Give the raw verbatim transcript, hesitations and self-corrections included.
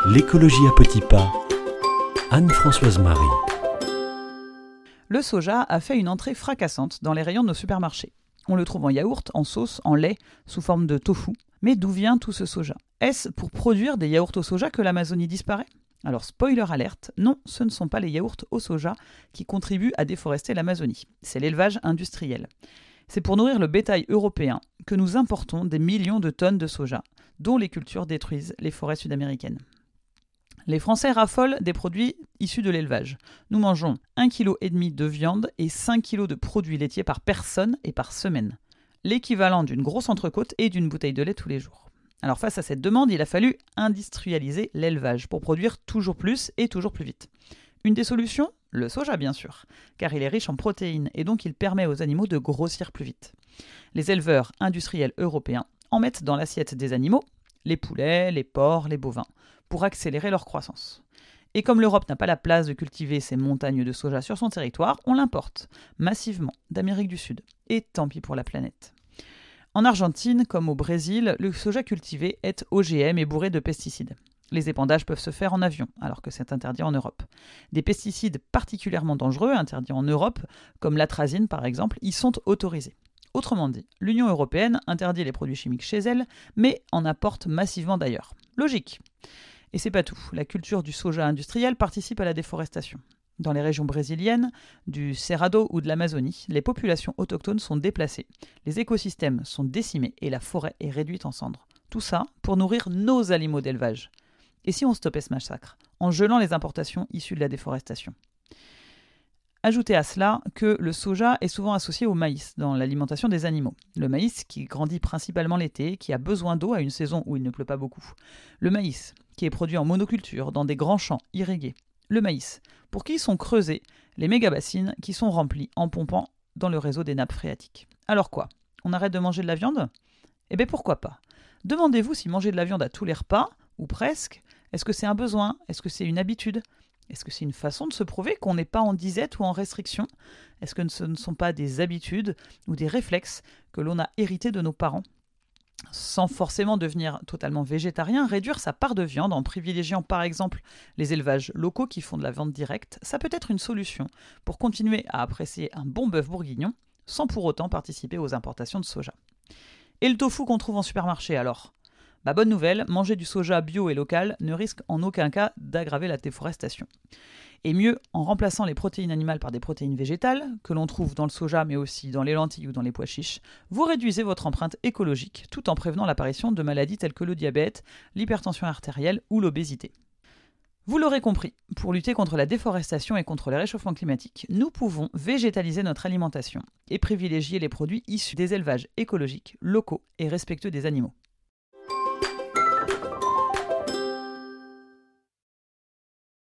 L'écologie à petits pas. Anne-Françoise Marie. Le soja a fait une entrée fracassante dans les rayons de nos supermarchés. On le trouve en yaourt, en sauce, en lait, sous forme de tofu. Mais d'où vient tout ce soja ? Est-ce pour produire des yaourts au soja que l'Amazonie disparaît ? Alors spoiler alerte, non, ce ne sont pas les yaourts au soja qui contribuent à déforester l'Amazonie. C'est l'élevage industriel. C'est pour nourrir le bétail européen que nous importons des millions de tonnes de soja, dont les cultures détruisent les forêts sud-américaines. Les Français raffolent des produits issus de l'élevage. Nous mangeons un virgule cinq kilos de viande et cinq kilos de produits laitiers par personne et par semaine. L'équivalent d'une grosse entrecôte et d'une bouteille de lait tous les jours. Alors face à cette demande, il a fallu industrialiser l'élevage pour produire toujours plus et toujours plus vite. Une des solutions ? Le soja bien sûr, car il est riche en protéines et donc il permet aux animaux de grossir plus vite. Les éleveurs industriels européens en mettent dans l'assiette des animaux, les poulets, les porcs, les bovins, pour accélérer leur croissance. Et comme l'Europe n'a pas la place de cultiver ces montagnes de soja sur son territoire, on l'importe massivement d'Amérique du Sud. Et tant pis pour la planète. En Argentine, comme au Brésil, le soja cultivé est O G M et bourré de pesticides. Les épandages peuvent se faire en avion, alors que c'est interdit en Europe. Des pesticides particulièrement dangereux, interdits en Europe, comme l'atrazine par exemple, y sont autorisés. Autrement dit, l'Union européenne interdit les produits chimiques chez elle, mais en apporte massivement d'ailleurs. Logique. Et c'est pas tout. La culture du soja industriel participe à la déforestation. Dans les régions brésiliennes, du Cerrado ou de l'Amazonie, les populations autochtones sont déplacées, les écosystèmes sont décimés et la forêt est réduite en cendres. Tout ça pour nourrir nos animaux d'élevage. Et si on stoppait ce massacre, en gelant les importations issues de la déforestation ? Ajoutez à cela que le soja est souvent associé au maïs dans l'alimentation des animaux. Le maïs qui grandit principalement l'été, qui a besoin d'eau à une saison où il ne pleut pas beaucoup. Le maïs qui est produit en monoculture dans des grands champs irrigués. Le maïs pour qui sont creusées les méga-bassines qui sont remplies en pompant dans le réseau des nappes phréatiques. Alors quoi ? On arrête de manger de la viande ? Eh bien pourquoi pas ? Demandez-vous si manger de la viande à tous les repas, ou presque, est-ce que c'est un besoin ? Est-ce que c'est une habitude ? Est-ce que c'est une façon de se prouver qu'on n'est pas en disette ou en restriction ? Est-ce que ce ne sont pas des habitudes ou des réflexes que l'on a hérités de nos parents ? Sans forcément devenir totalement végétarien, réduire sa part de viande en privilégiant par exemple les élevages locaux qui font de la viande directe, ça peut être une solution pour continuer à apprécier un bon bœuf bourguignon sans pour autant participer aux importations de soja. Et le tofu qu'on trouve en supermarché alors ? Bah bonne nouvelle, manger du soja bio et local ne risque en aucun cas d'aggraver la déforestation. Et mieux, en remplaçant les protéines animales par des protéines végétales, que l'on trouve dans le soja mais aussi dans les lentilles ou dans les pois chiches, vous réduisez votre empreinte écologique tout en prévenant l'apparition de maladies telles que le diabète, l'hypertension artérielle ou l'obésité. Vous l'aurez compris, pour lutter contre la déforestation et contre le réchauffement climatique, nous pouvons végétaliser notre alimentation et privilégier les produits issus des élevages écologiques, locaux et respectueux des animaux.